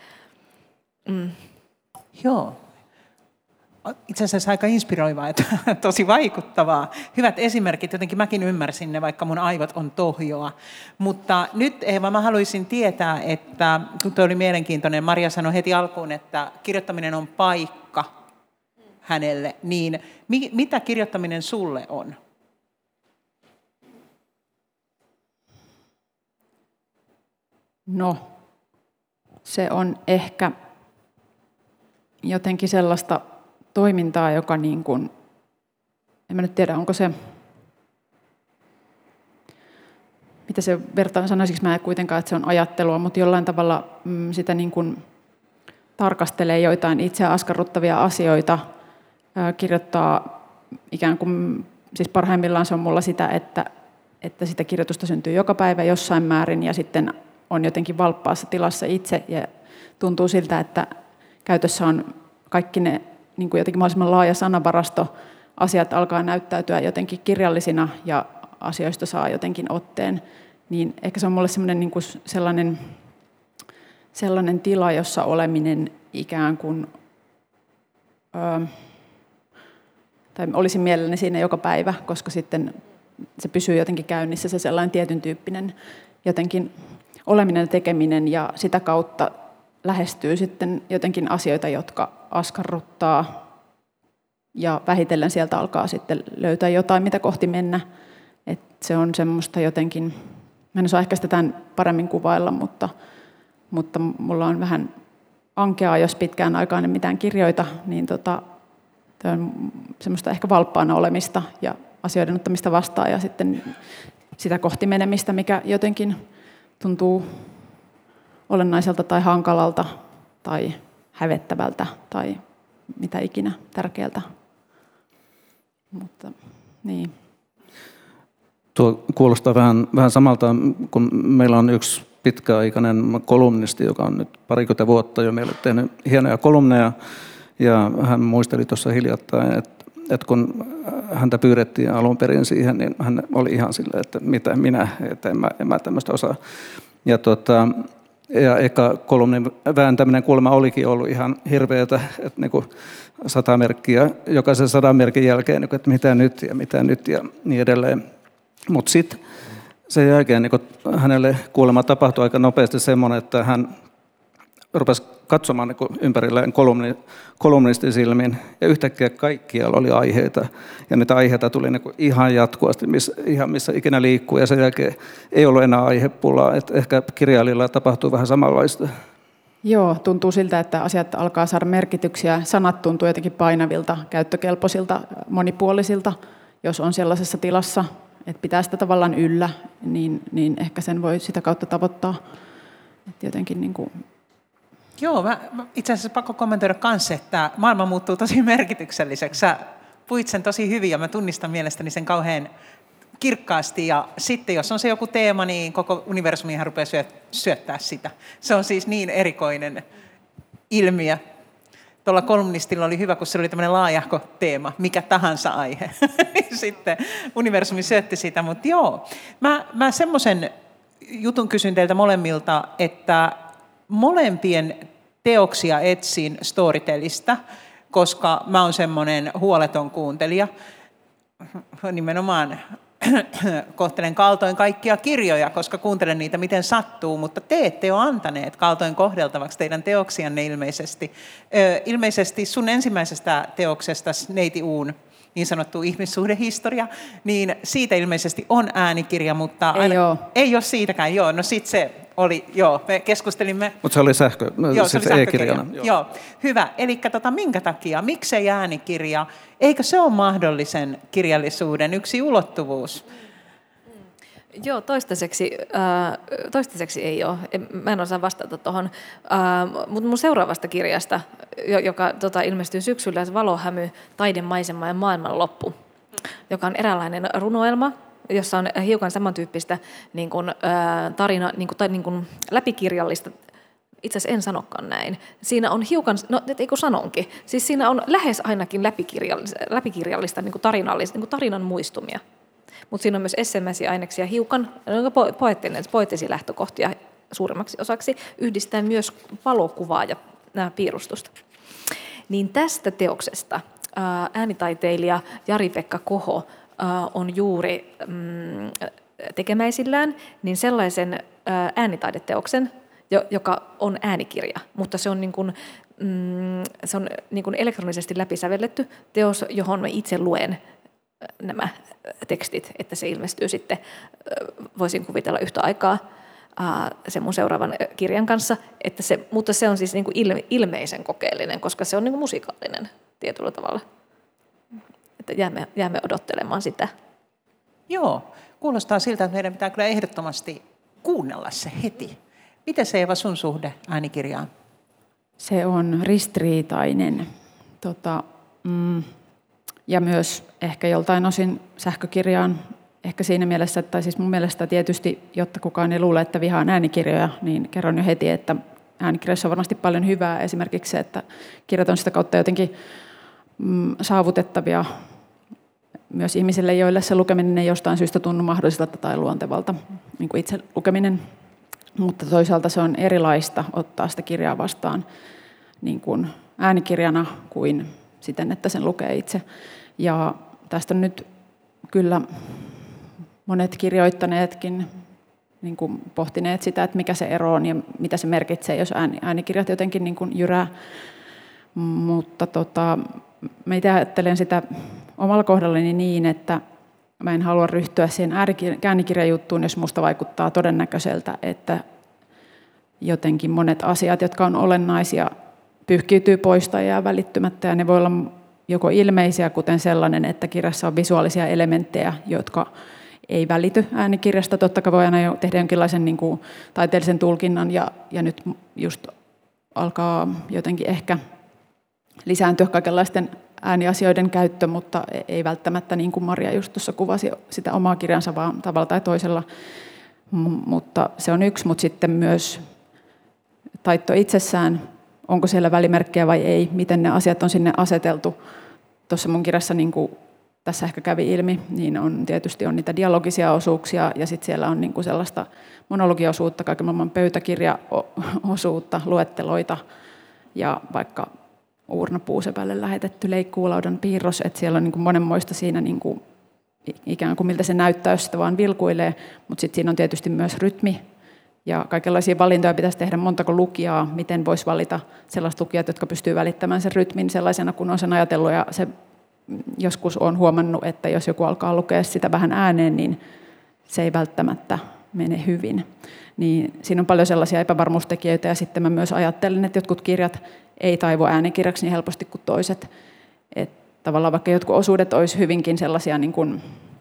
Joo. Itse asiassa aika inspiroivaa, että tosi vaikuttavaa. Hyvät esimerkit, jotenkin mäkin ymmärsin ne, vaikka mun aivot on tohjoa. Mutta nyt Eeva, mä haluaisin tietää, että kun tuo oli mielenkiintoinen, Maria sanoi heti alkuun, että kirjoittaminen on paikka hänelle, niin mitä kirjoittaminen sulle on? No, se on ehkä jotenkin sellaista toimintaa, joka en mä nyt tiedä, onko se, mitä se vertaan, sanoisinko mä kuitenkaan, että se on ajattelua, mutta jollain tavalla sitä tarkastelee joitain itseä askarruttavia asioita, kirjoittaa ikään kuin, siis parhaimmillaan se on mulla sitä, että sitä kirjoitusta syntyy joka päivä jossain määrin ja sitten on jotenkin valppaassa tilassa itse ja tuntuu siltä, että käytössä on kaikki ne jotenkin mahdollisimman laaja sanavarasto, asiat alkaa näyttäytyä jotenkin kirjallisina ja asioista saa jotenkin otteen, niin ehkä se on mulle sellainen tila, jossa oleminen ikään kuin, tai olisin mielelläni siinä joka päivä, koska sitten se pysyy jotenkin käynnissä, se sellainen tietyn tyyppinen jotenkin oleminen ja tekeminen, ja sitä kautta lähestyy sitten jotenkin asioita, jotka askarruttaa, ja vähitellen sieltä alkaa sitten löytää jotain, mitä kohti mennä. Et se on semmoista jotenkin, mä en osaa ehkä sitä tämän paremmin kuvailla, mutta mulla on vähän ankeaa, jos pitkään aikaan en mitään kirjoita, niin on semmoista ehkä valppaana olemista ja asioiden ottamista vastaan ja sitten sitä kohti menemistä, mikä jotenkin tuntuu olennaiselta tai hankalalta tai hävettävältä tai mitä ikinä tärkeältä. Mutta niin. Tuo kuulostaa vähän samalta, kun meillä on yksi pitkäaikainen kolumnisti, joka on nyt 20 vuotta jo meille tehnyt hienoja kolumneja, ja hän muisteli tuossa hiljattain, että kun häntä pyydettiin alun perin siihen, niin hän oli ihan silleen, että mitä minä, että en mä tämmöistä osaa. Ja eka kolumnin vääntäminen kuulemma olikin ollut ihan hirveätä, että 100 merkkiä, jokaisen 100 merkin jälkeen, että mitä nyt ja niin edelleen. Mutta sitten sen jälkeen hänelle kuulemma tapahtui aika nopeasti semmoinen, että hän rupesi katsomaan ympärilleen kolumnistin silmin, ja yhtäkkiä kaikkialla oli aiheita, ja niitä aiheita tuli ihan jatkuvasti, missä ikinä liikkuu, ja sen jälkeen ei ollut enää aihepulaa, että ehkä kirjailijalla tapahtuu vähän samanlaista. Joo, tuntuu siltä, että asiat alkaa saada merkityksiä, sanat tuntuu jotenkin painavilta, käyttökelpoisilta, monipuolisilta, jos on sellaisessa tilassa, että pitää sitä tavallaan yllä, niin ehkä sen voi sitä kautta tavoittaa, että jotenkin Joo, mä itse asiassa pakko kommentoida kanssa, että maailma muuttuu tosi merkitykselliseksi. Sä puhuit sen tosi hyvin ja mä tunnistan mielestäni sen kauhean kirkkaasti. Ja sitten jos on se joku teema, niin koko universumihan rupeaa syöttää sitä. Se on siis niin erikoinen ilmiö. Tuolla kolumnistilla oli hyvä, kun se oli tämmöinen laajahko teema, mikä tahansa aihe. Sitten universumi syötti sitä, mutta joo. Mä semmoisen jutun kysyn teiltä molemmilta, että molempien teoksia etsin Storytelista, koska mä oon semmoinen huoleton kuuntelija. Nimenomaan kohtelen kaltoin kaikkia kirjoja, koska kuuntelen niitä miten sattuu, mutta te ette ole antaneet kaltoin kohdeltavaksi teidän teoksianne ilmeisesti. Ilmeisesti sun ensimmäisestä teoksesta, Neiti Uun, niin sanottu ihmissuhdehistoria, niin siitä ilmeisesti on äänikirja, mutta ei ole siitäkään. Joo, no sit se oli, me keskustelimme. Mutta se oli siis e-kirjana. Joo, hyvä. Eli minkä takia, miksei äänikirja? Eikö se ole mahdollisen kirjallisuuden yksi ulottuvuus? Joo, toistaiseksi ei ole. Mä en osaa vastata tuohon. Mutta mun seuraavasta kirjasta, joka ilmestyy syksyllä, Valohämy, taidemaisema ja maailmanloppu, joka on eräänlainen runoelma, jossa on hiukan samantyyppistä niin kuin, tarina, niin kuin läpikirjallista. Itse asiassa en sanokaan näin. Siinä on hiukan, eikö sanonkin, siis siinä on lähes ainakin läpikirjallista niin kuin tarinallista, niin kuin tarinan muistumia. Mutta siinä on myös SMS-aineksia hiukan, poettisia lähtökohtia suurimmaksi osaksi, yhdistää myös valokuvaa ja piirustusta. Niin tästä teoksesta äänitaiteilija Jari-Pekka Koho on juuri tekemäisillään niin sellaisen äänitaideteoksen, joka on äänikirja, mutta se on niin kuin elektronisesti läpisävelletty teos, johon mä itse luen nämä tekstit, että se ilmestyy sitten, voisin kuvitella yhtä aikaa sen mun seuraavan kirjan kanssa, mutta se on siis niin kuin ilmeisen kokeellinen, koska se on niin kuin musikaalinen tietyllä tavalla. Että jäämme odottelemaan sitä. Joo, kuulostaa siltä, että meidän pitää kyllä ehdottomasti kuunnella se heti. Miten se, Eeva, sun suhde äänikirjaan? Se on ristiriitainen. Ja myös ehkä joltain osin sähkökirjaan. Ehkä siinä mielessä, tai siis mun mielestä tietysti, jotta kukaan ei luule, että vihaan äänikirjoja, niin kerron jo heti, että äänikirjassa on varmasti paljon hyvää. Esimerkiksi se, että kirjat on sitä kautta jotenkin saavutettavia myös ihmisille, joille se lukeminen ei jostain syystä tunnu mahdolliselta tai luontevalta, niin kuin itse lukeminen. Mutta toisaalta se on erilaista ottaa sitä kirjaa vastaan niin kuin äänikirjana kuin siten, että sen lukee itse. Ja tästä on nyt kyllä monet kirjoittaneetkin niin kuin pohtineet sitä, että mikä se ero on ja mitä se merkitsee, jos äänikirjat jotenkin niin kuin jyrää. Mutta mä itse ajattelen sitä omalla kohdallani niin, että mä en halua ryhtyä siihen äänikirjajuttuun, jos musta vaikuttaa todennäköiseltä, että jotenkin monet asiat, jotka on olennaisia, pyyhkiytyy pois tai jää välittymättä, ja ne voi olla joko ilmeisiä, kuten sellainen, että kirjassa on visuaalisia elementtejä, jotka ei välity äänikirjasta. Totta kai voi aina jo tehdä jonkinlaisen niin kuin taiteellisen tulkinnan, ja nyt just alkaa jotenkin ehkä lisääntyä kaikenlaisten ääniasioiden käyttö, mutta ei välttämättä niin kuin Maria just tuossa kuvasi sitä omaa kirjansa, vaan tavalla tai toisella. Mutta se on yksi, mutta sitten myös taitto itsessään, onko siellä välimerkkejä vai ei, miten ne asiat on sinne aseteltu. Tuossa mun kirjassa, niin kuin tässä ehkä kävi ilmi, niin tietysti on niitä dialogisia osuuksia, ja sitten siellä on niin kuin sellaista monologiosuutta, kaiken maailman pöytäkirjaosuutta, luetteloita, ja vaikka Uurna Puusepälle lähetetty leikkuulaudan piirros, että siellä on niin kuin monenmoista siinä niin kuin, ikään kuin miltä se näyttää, jos sitä vaan vilkuilee, mutta sitten siinä on tietysti myös rytmi, ja kaikenlaisia valintoja pitäisi tehdä, montako lukijaa, miten voisi valita sellaiset lukijat, jotka pystyy välittämään sen rytmin sellaisena, kun on sen ajatellut, ja se joskus on huomannut, että jos joku alkaa lukea sitä vähän ääneen, niin se ei välttämättä mene hyvin. Niin siinä on paljon sellaisia epävarmuustekijöitä, ja sitten mä myös ajattelen, että jotkut kirjat ei taivu äänikirjaksi niin helposti kuin toiset. Että tavallaan vaikka jotkut osuudet olisi hyvinkin sellaisia niin kuin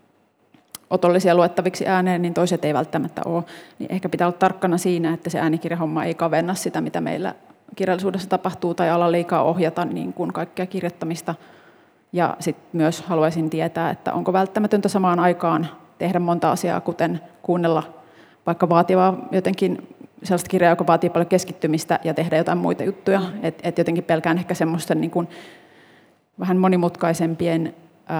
otollisia luettaviksi ääneen, niin toiset ei välttämättä ole. Niin ehkä pitää olla tarkkana siinä, että se äänikirjahomma ei kavenna sitä, mitä meillä kirjallisuudessa tapahtuu, tai ala liikaa ohjata niin kuin kaikkea kirjoittamista. Ja sitten myös haluaisin tietää, että onko välttämätöntä samaan aikaan tehdä monta asiaa, kuten kuunnella vaikka vaativaa jotenkin sellaista kirjaa, joka vaatii paljon keskittymistä, ja tehdä jotain muita juttuja. Et jotenkin pelkään ehkä semmoisten niin kuin vähän monimutkaisempien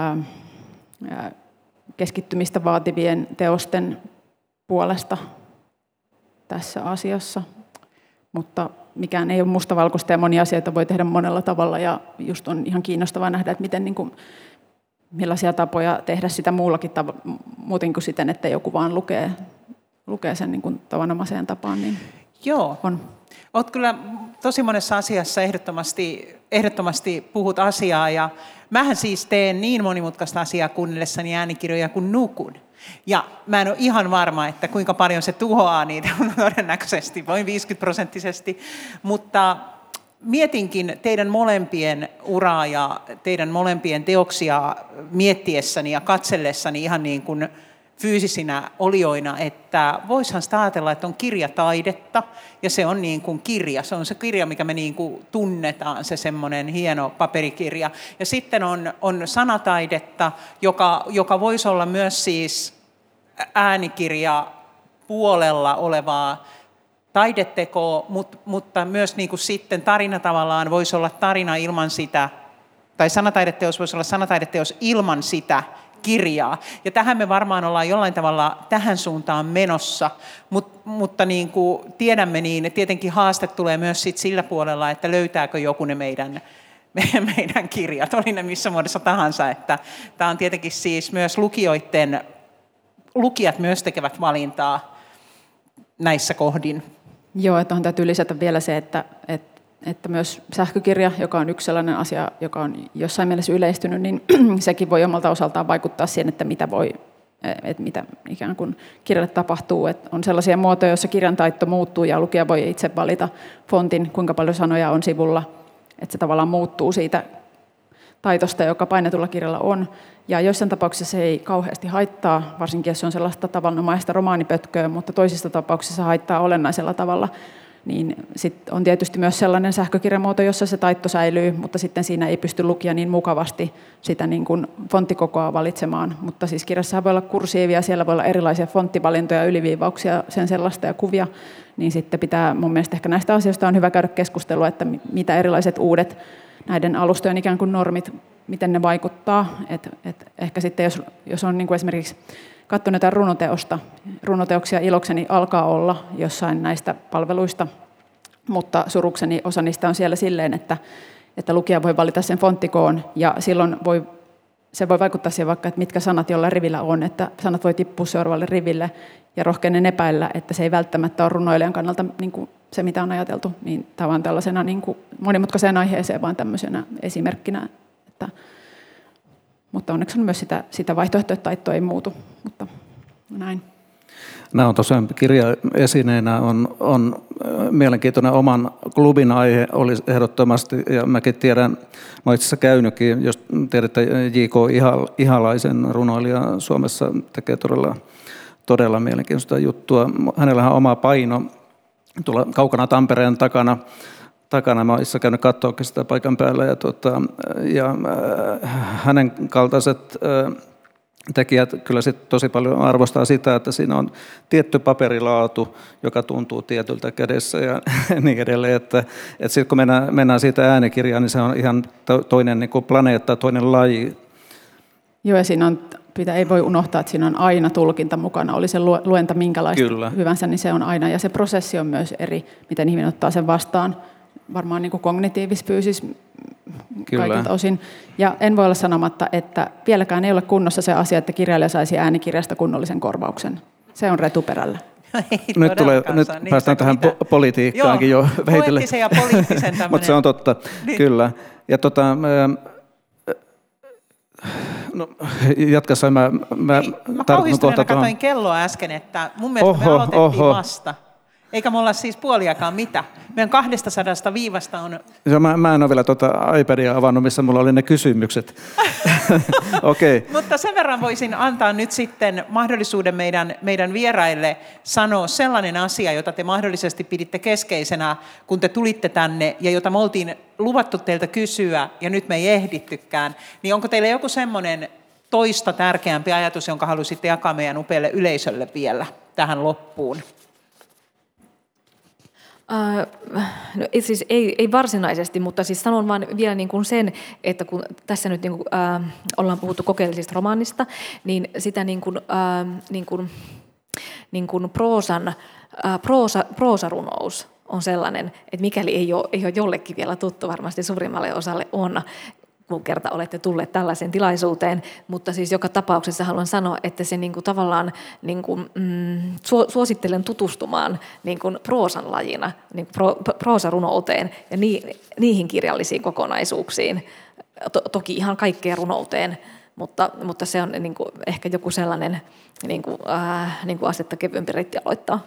keskittymistä vaativien teosten puolesta tässä asiassa. Mutta mikään ei ole mustavalkoista, ja monia asioita voi tehdä monella tavalla, ja just on ihan kiinnostavaa nähdä, että miten, niin kuin, millaisia tapoja tehdä sitä muuten kuin siten, että joku vaan lukee sen niin kuin tavanomaiseen tapaan. Niin joo, on. Olet kyllä tosi monessa asiassa ehdottomasti puhut asiaa, ja mähän siis teen niin monimutkaista asiaa kuunnellessani äänikirjoja kuin nukun. Ja mä en ole ihan varma, että kuinka paljon se tuhoaa niitä todennäköisesti, voin 50%, mutta mietinkin teidän molempien uraa ja teidän molempien teoksia miettiessäni ja katsellessani ihan niin kuin fyysisinä olioina, että voisihan sitä ajatella, että on kirjataidetta, ja se on niin kuin kirja. Se on se kirja, mikä me niin kuin tunnetaan, se semmoinen hieno paperikirja. Ja sitten on sanataidetta, joka voisi olla myös siis äänikirja puolella olevaa taidetekoa, mutta myös niin kuin sitten tarina tavallaan voisi olla tarina ilman sitä, tai sanataideteos voisi olla sanataideteos ilman sitä kirjaa. Ja tähän me varmaan ollaan jollain tavalla tähän suuntaan menossa, mutta niin kuin tiedämme, niin tietenkin haaste tulee myös sit sillä puolella, että löytääkö joku ne meidän kirjat, oli ne missä muodossa tahansa. Että tämä on tietenkin siis myös lukijat myös tekevät valintaa näissä kohdin. Joo, että tuohon täytyy lisätä vielä se, että myös sähkökirja, joka on yksi sellainen asia, joka on jossain mielessä yleistynyt, niin sekin voi omalta osaltaan vaikuttaa siihen, että mitä ikään kuin kirjalle tapahtuu. Että on sellaisia muotoja, joissa kirjan taitto muuttuu ja lukija voi itse valita fontin, kuinka paljon sanoja on sivulla, että se tavallaan muuttuu siitä taitosta, joka painetulla kirjalla on. Ja joissain tapauksissa se ei kauheasti haittaa, varsinkin jos se on sellaista tavanomaista romaanipötköä, mutta toisissa tapauksissa haittaa olennaisella tavalla. Niin sitten on tietysti myös sellainen sähkökirjamuoto, jossa se taitto säilyy, mutta sitten siinä ei pysty lukija niin mukavasti sitä niin kuin fonttikokoa valitsemaan. Mutta siis kirjassa voi olla kursiivia, siellä voi olla erilaisia fonttivalintoja, yliviivauksia, sen sellaista ja kuvia. Niin sitten pitää mun mielestä ehkä näistä asioista on hyvä käydä keskustelua, että mitä erilaiset uudet näiden alustojen ikään kuin normit, miten ne vaikuttaa. Et ehkä sitten jos on niin kuin esimerkiksi katsonut jotain runoteoksia ilokseni alkaa olla jossain näistä palveluista, mutta surukseni osa niistä on siellä silleen, että lukija voi valita sen fonttikoon ja silloin se voi vaikuttaa siihen vaikka, että mitkä sanat jollain rivillä on, että sanat voi tippua seuraavalle riville ja rohkeinen epäillä, että se ei välttämättä ole runoilijan kannalta niin kuin se, mitä on ajateltu, niin tämä on tällaisena niin kuin monimutkaiseen aiheeseen vaan tämmöisenä esimerkkinä, mutta onneksi on myös sitä vaihtoehtoa, että taitto ei muutu, mutta näin. Nämä on tosiaan kirjaesineenä on mielenkiintoinen oman klubin aihe oli ehdottomasti, ja mäkin tiedän, mä olen itse asiassa käynytkin, jos tiedätte J.K. Ihalaisen runoilija Suomessa tekee todella mielenkiintoista juttua. Hänellähän on oma paino tuolla kaukana Tampereen takana. Mä olen itse käynyt katsoakin sitä paikan päällä ja hänen kaltaiset tekijät kyllä sit tosi paljon arvostaa sitä, että siinä on tietty paperilaatu, joka tuntuu tietyltä kädessä ja niin edelleen. Että sitten kun mennään siitä äänikirjaan, niin se on ihan toinen niin kuin planeetta, toinen laji. Joo, ja siinä ei voi unohtaa, että siinä on aina tulkinta mukana. Oli se luenta minkälaista Kyllä. hyvänsä, niin se on aina. Ja se prosessi on myös eri, miten ihminen ottaa sen vastaan. Varmaan niin kuin kognitiivis-fyysis kaikilta osin. Ja en voi olla sanomatta, että vieläkään ei ole kunnossa se asia, että kirjailija saisi äänikirjasta kunnollisen korvauksen. Se on retuperällä. Nyt päästään tähän politiikkaankin jo vähitellen. Poeettisen ja poliittisen mutta se on totta, niin. Kyllä. Ja no, jatkassa mä kauhistuneena katsoin kelloa äsken, että mun mielestä me aloitettiin vasta. Eikä me olla siis puoliakaan mitä. Meidän 200 viivasta on... Mä en ole vielä iPadia avannut, missä mulla oli ne kysymykset. Okay. Mutta sen verran voisin antaa nyt sitten mahdollisuuden meidän vieraille sanoa sellainen asia, jota te mahdollisesti piditte keskeisenä, kun te tulitte tänne, ja jota me oltiin luvattu teiltä kysyä, ja nyt me ei ehdittykään. Niin onko teille joku semmoinen toista tärkeämpi ajatus, jonka halusitte jakaa meidän upealle yleisölle vielä tähän loppuun? No, siis ei varsinaisesti, mutta siis sanon vaan vielä niin kuin sen, että kun tässä nyt niin kuin, ollaan puhuttu kokeellisesta romaanista, niin sitä niin kuin proosarunous on sellainen, että mikäli ei ole jollekin vielä tuttu, varmasti suurimmalle osalle on, kun kerta olette tulleet tällaiseen tilaisuuteen, mutta siis joka tapauksessa haluan sanoa, että se niin kuin tavallaan niin kuin, suosittelen tutustumaan niin kuin proosan lajina, niin kuin proosarunouteen ja niihin kirjallisiin kokonaisuuksiin. Toki ihan kaikkeen runouteen, mutta se on niin kuin ehkä joku sellainen niin kuin astetta kevyempi reitti aloittaa.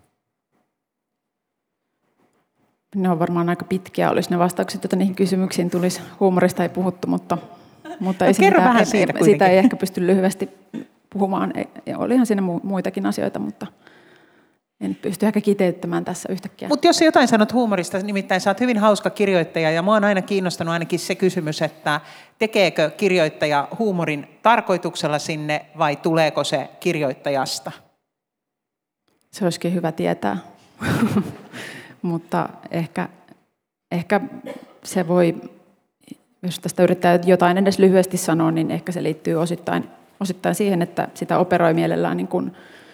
Ne on varmaan aika pitkiä, olisi ne vastaukset, joita niihin kysymyksiin tulisi. Huumorista ei puhuttu, mutta ei siitä ei ehkä pysty lyhyesti puhumaan. Ja olihan siinä muitakin asioita, mutta en pysty ehkä kiteyttämään tässä yhtäkkiä. Mutta jos jotain sanot huumorista, nimittäin sä oot hyvin hauska kirjoittaja ja mua on aina kiinnostanut ainakin se kysymys, että tekeekö kirjoittaja huumorin tarkoituksella sinne vai tuleeko se kirjoittajasta? Se olisikin hyvä tietää, mutta ehkä se voi, jos tästä yrittää jotain edes lyhyesti sanoa, niin ehkä se liittyy osittain siihen, että sitä operoi mielellään niin kuin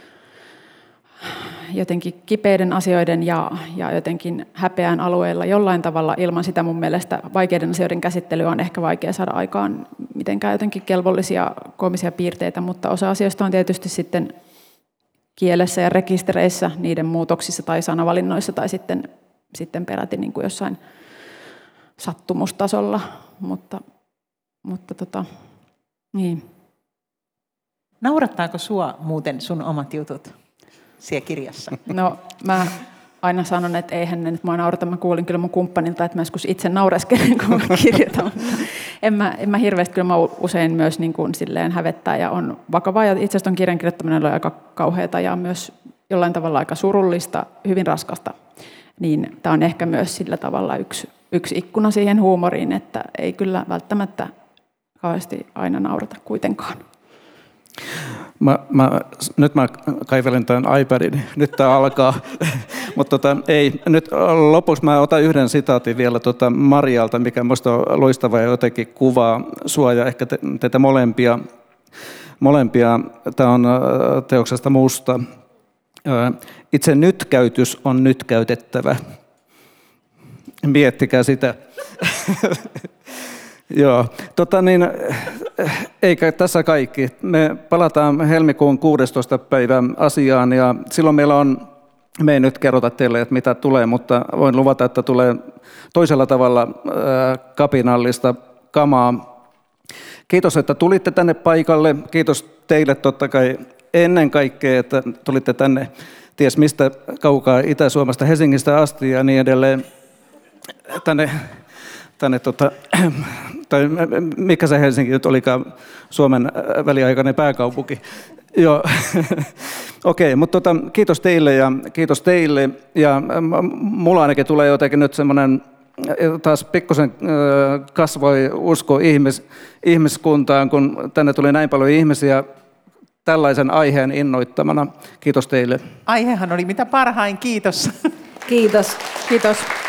jotenkin kipeiden asioiden ja jotenkin häpeän alueella jollain tavalla. Ilman sitä mun mielestä vaikeiden asioiden käsittelyä on ehkä vaikea saada aikaan mitenkään jotenkin kelvollisia koomisia piirteitä, mutta osa asioista on tietysti sitten kielessä ja rekistereissä, niiden muutoksissa tai sanavalinnoissa tai sitten peräti niin kuin jossain sattumustasolla, mutta niin. Naurattaako sua muuten sun omat jutut siellä kirjassa? No mä aina sanon, että eihän ne nyt mua naurata. Mä kuulin kyllä mun kumppanilta, että mä joskus itse naureskelen, kun mä kirjoitan. En mä hirveästi, kyllä mä usein myös niin kuin silleen hävettää ja on vakavaa. Ja itse asiassa ton kirjan kirjoittaminen oli aika kauheata ja myös jollain tavalla aika surullista, hyvin raskasta. Niin tää on ehkä myös sillä tavalla yksi ikkuna siihen huumoriin, että ei kyllä välttämättä kauheasti aina naurata kuitenkaan. Nyt mä kaivelen tämän iPadin, nyt tämä alkaa, mutta ei. Nyt lopuksi mä otan yhden sitaatin vielä Marjalta, mikä minusta on loistava ja jotenkin kuvaa sua ja ehkä teitä molempia. Tämä on teoksesta Musta. Itse nytkäytys on nyt käytettävä. Miettikää sitä. Joo, eikä tässä kaikki. Me palataan helmikuun 16. päivän asiaan ja silloin me ei nyt kerrota teille, että mitä tulee, mutta voin luvata, että tulee toisella tavalla kapinallista kamaa. Kiitos, että tulitte tänne paikalle. Kiitos teille totta kai ennen kaikkea, että tulitte tänne ties mistä kaukaa Itä-Suomesta, Helsingistä asti ja niin edelleen tänne tai mikä se Helsinki nyt olikaan, Suomen väliaikainen pääkaupunki. Joo, okei, mutta kiitos teille ja mulla ainakin tulee jotenkin nyt semmoinen taas pikkusen kasvoi usko ihmiskuntaan, kun tänne tuli näin paljon ihmisiä tällaisen aiheen innoittamana. Kiitos teille. Aihehan oli mitä parhain, kiitos. Kiitos. Kiitos.